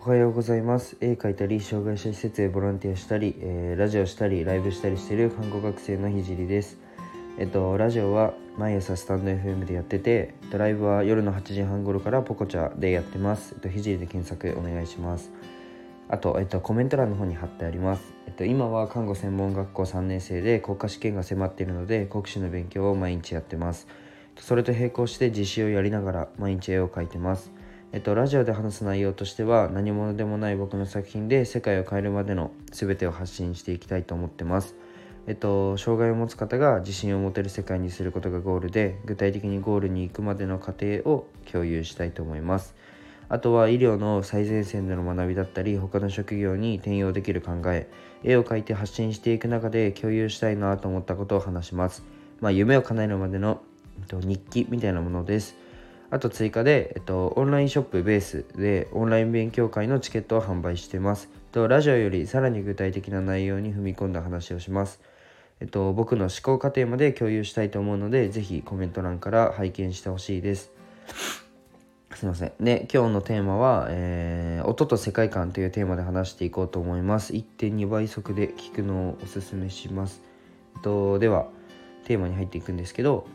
おはようございます。絵描いたり、障害者施設へボランティアしたり、ラジオしたり、ライブしたりしている看護学生のひじりです。ラジオは毎朝スタンド FM でやってて、ライブは夜の8時半頃からポコチャでやってます。ひじりで検索お願いします。あと、コメント欄の方に貼ってあります。今は看護専門学校3年生で国家試験が迫っているので、国試の勉強を毎日やってます。それと並行して実習をやりながら毎日絵を描いてます。ラジオで話す内容としては、何者でもない僕の作品で世界を変えるまでの全てを発信していきたいと思ってます。障害を持つ方が自信を持てる世界にすることがゴールで、具体的にゴールに行くまでの過程を共有したいと思います。あとは医療の最前線での学びだったり、他の職業に転用できる考え、絵を描いて発信していく中で共有したいなと思ったことを話します。夢を叶えるまでの日記みたいなものです。あと追加で、オンラインショップベースでオンライン勉強会のチケットを販売しています。ラジオよりさらに具体的な内容に踏み込んだ話をします。僕の思考過程まで共有したいと思うので、ぜひコメント欄から拝見してほしいです。すいません。で、今日のテーマは、音と世界観というテーマで話していこうと思います。 1.2 倍速で聞くのをおすすめします。ではテーマに入っていくんですけど、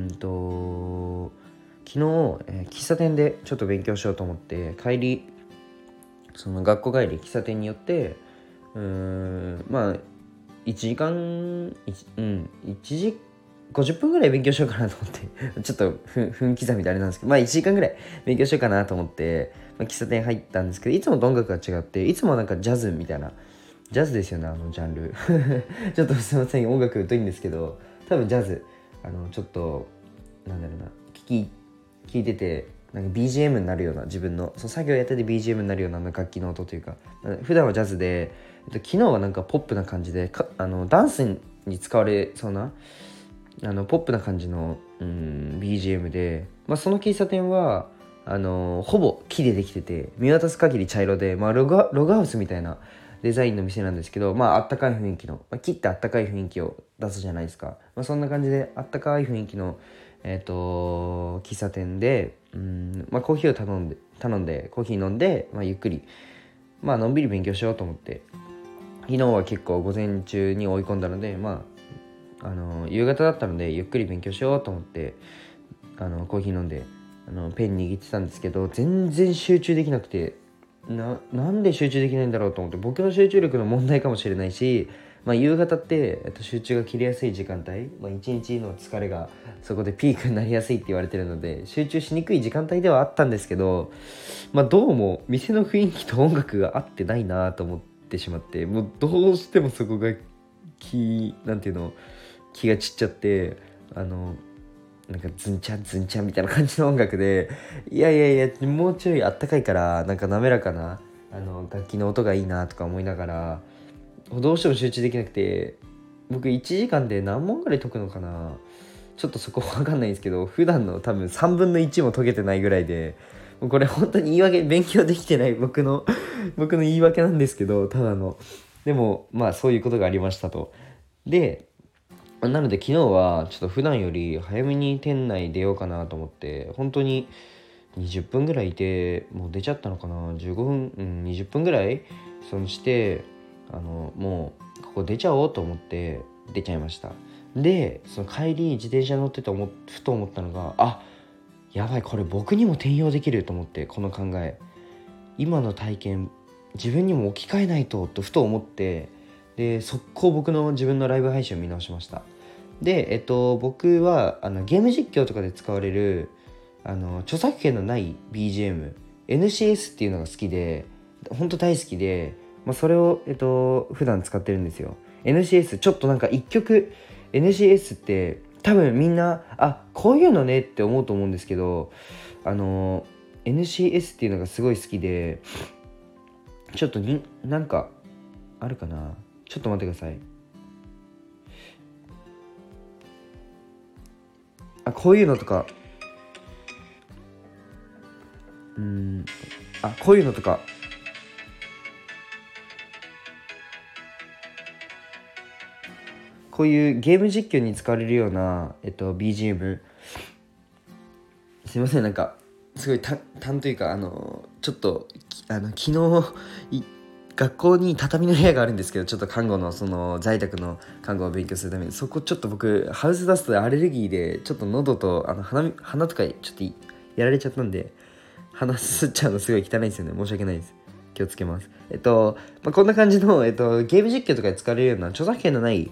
昨日、喫茶店でちょっと勉強しようと思って帰り、その学校帰り喫茶店によって、1時間1時50分ぐらい勉強しようかなと思ってちょっと分刻みであれなんですけど、1時間ぐらい勉強しようかなと思って、喫茶店入ったんですけど、いつもと音楽が違って、いつもはなんかジャズみたいな、ジャズですよね、ジャンルちょっとすいません、音楽疎いんですけど、多分ジャズ、ちょっとなんだろうな、聞いててなんか BGM になるような、自分の作業やってて BGM になるような楽器の音というか、普段はジャズで、昨日はなんかポップな感じでダンスに使われそうなポップな感じの、BGM で、その喫茶店はほぼ木でできてて、見渡す限り茶色で、ログハウスみたいなデザインの店なんですけど、あったかい雰囲気の、木ってあったかい雰囲気を出すじゃないですか。そんな感じであったかい雰囲気の喫茶店で、コーヒーを頼んでコーヒー飲んで、ゆっくりのんびり勉強しようと思って、昨日は結構午前中に追い込んだので、夕方だったのでゆっくり勉強しようと思ってコーヒー飲んでペン握ってたんですけど、全然集中できなくて、なんで集中できないんだろうと思って、僕の集中力の問題かもしれないし、夕方って、集中が切れやすい時間帯、一日の疲れがそこでピークになりやすいって言われてるので、集中しにくい時間帯ではあったんですけど、どうも店の雰囲気と音楽が合ってないなと思ってしまって、もうどうしてもそこが気が散っちゃって、なんかズンチャンズンチャンみたいな感じの音楽で、いやもうちょいあったかいから、なんか滑らかな楽器の音がいいなとか思いながら、どうしても集中できなくて、僕1時間で何問ぐらい解くのかな、ちょっとそこ分かんないんですけど、普段の多分3分の1も解けてないぐらいで、もうこれ本当に言い訳、勉強できてない僕の言い訳なんですけど、ただのでもそういうことがありましたと。でなので昨日はちょっと普段より早めに店内出ようかなと思って、本当に20分ぐらいいて、もう出ちゃったのかな、15分、20分ぐらいしてもうここ出ちゃおうと思って出ちゃいました。でその帰り自転車乗っててふと思ったのが、やばい、これ僕にも転用できると思って、この考え、今の体験自分にも置き換えないとふと思って、で速攻僕の自分のライブ配信を見直しました。で、僕はゲーム実況とかで使われる著作権のない BGM NCS っていうのが好きで、本当大好きで、それを、普段使ってるんですよ。 NCS ちょっとなんか一曲 NCS って多分みんなこういうのねって思うと思うんですけど、NCS っていうのがすごい好きで、ちょっとなんかあるかな、ちょっと待ってください。こういうのとか、こういうのとか、こういうゲーム実況に使われるような、BGM、すいません、なんかすごい単というかちょっと昨日学校に畳の部屋があるんですけど、ちょっと看護のその在宅の看護を勉強するために、そこちょっと僕ハウスダストでアレルギーでちょっと喉と鼻とかちょっとやられちゃったんで、鼻すっちゃうのすごい汚いですよね。申し訳ないです。気をつけます。こんな感じの、ゲーム実況とかで使われるような著作権のない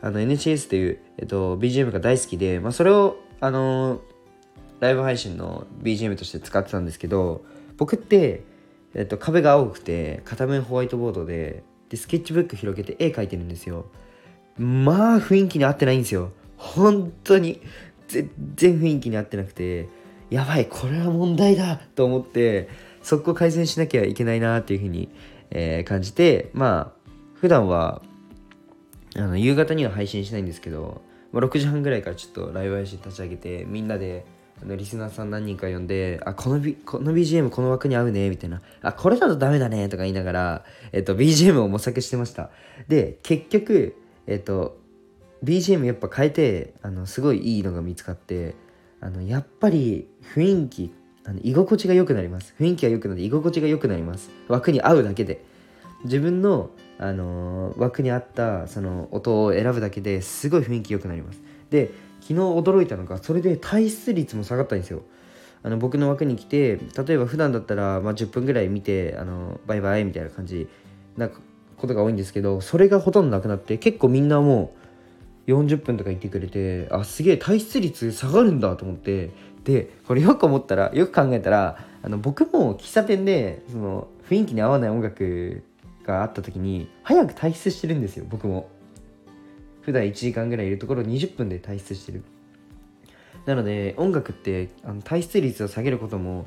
NHS という、BGM が大好きで、それをライブ配信の BGM として使ってたんですけど、僕って、壁が青くて片面ホワイトボードでスケッチブック広げて絵描いてるんですよ。まあ雰囲気に合ってないんですよ。本当に全然雰囲気に合ってなくて、やばいこれは問題だと思って、そこを改善しなきゃいけないなっていうふうに、感じて、普段は夕方には配信しないんですけど、6時半ぐらいからちょっとライブ配信立ち上げて、みんなでリスナーさん何人か呼んで、この BGM この枠に合うねみたいな、これだとダメだねとか言いながら、BGM を模索してました。で結局BGM やっぱ変えてすごいいいのが見つかって、やっぱり雰囲気居心地が良くなります。雰囲気が良くなって居心地が良くなります。枠に合うだけで、自分の、枠に合ったその音を選ぶだけですごい雰囲気良くなります。で昨日驚いたのが、それで退出率も下がったんですよ。僕の枠に来て、例えば普段だったら、10分ぐらい見てバイバイみたいな感じなことが多いんですけど、それがほとんどなくなって、結構みんなもう40分とか言ってくれて、すげえ退出率下がるんだと思って、でこれよく考えたら僕も喫茶店でその雰囲気に合わない音楽があった時に早く退出してるんですよ。僕も普段1時間ぐらいいるところ20分で退出してる。なので音楽って退出率を下げることも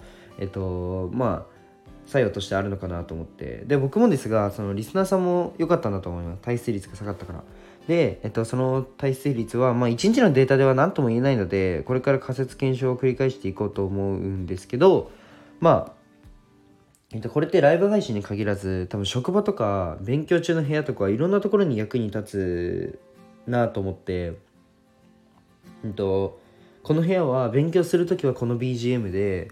作用としてあるのかなと思って、で僕もですが、そのリスナーさんも良かったんだと思います。退出率が下がったから。で、その退出率は1日のデータでは何とも言えないので、これから仮説検証を繰り返していこうと思うんですけど、これってライブ配信に限らず、多分職場とか勉強中の部屋とかいろんなところに役に立つなと思って、この部屋は勉強するときはこの BGM で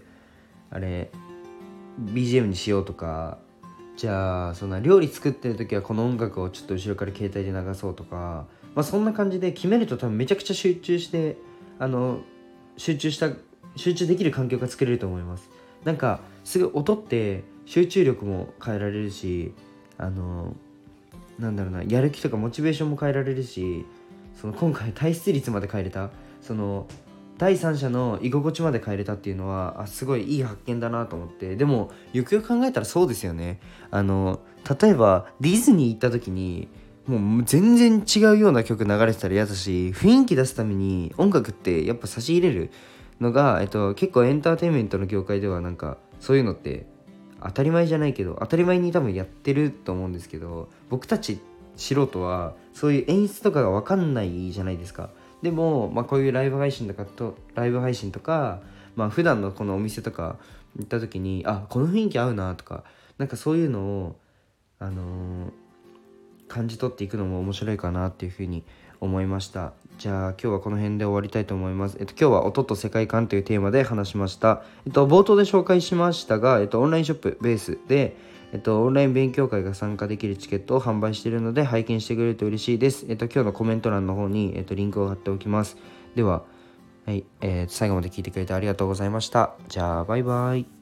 BGM にしようとか、じゃあそんな料理作ってるときはこの音楽をちょっと後ろから携帯で流そうとか、そんな感じで決めると多分めちゃくちゃ集中して集中できる環境が作れると思います。なんかすごい音って集中力も変えられるし、やる気とかモチベーションも変えられるし、その今回退出率まで変えれた、その第三者の居心地まで変えれたっていうのはすごいいい発見だなと思って。でもよくよく考えたらそうですよね。例えばディズニー行った時にもう全然違うような曲流れてたら嫌だし、雰囲気出すために音楽ってやっぱ差し入れるのが、結構エンターテインメントの業界ではなんかそういうのって当たり前じゃないけど当たり前に多分やってると思うんですけど、僕たち素人はそういう演出とかが分かんないじゃないですか。でも、こういうライブ配信とか、普段のこのお店とか行った時にこの雰囲気合うなとか、なんかそういうのを感じ取っていくのも面白いかなっていうふうに思いました。じゃあ今日はこの辺で終わりたいと思います。今日は音と世界観というテーマで話しました。冒頭で紹介しましたが、オンラインショップベースでオンライン勉強会が参加できるチケットを販売しているので、拝見してくれると嬉しいです。今日のコメント欄の方に、リンクを貼っておきます。では、最後まで聞いてくれてありがとうございました。じゃあバイバイ。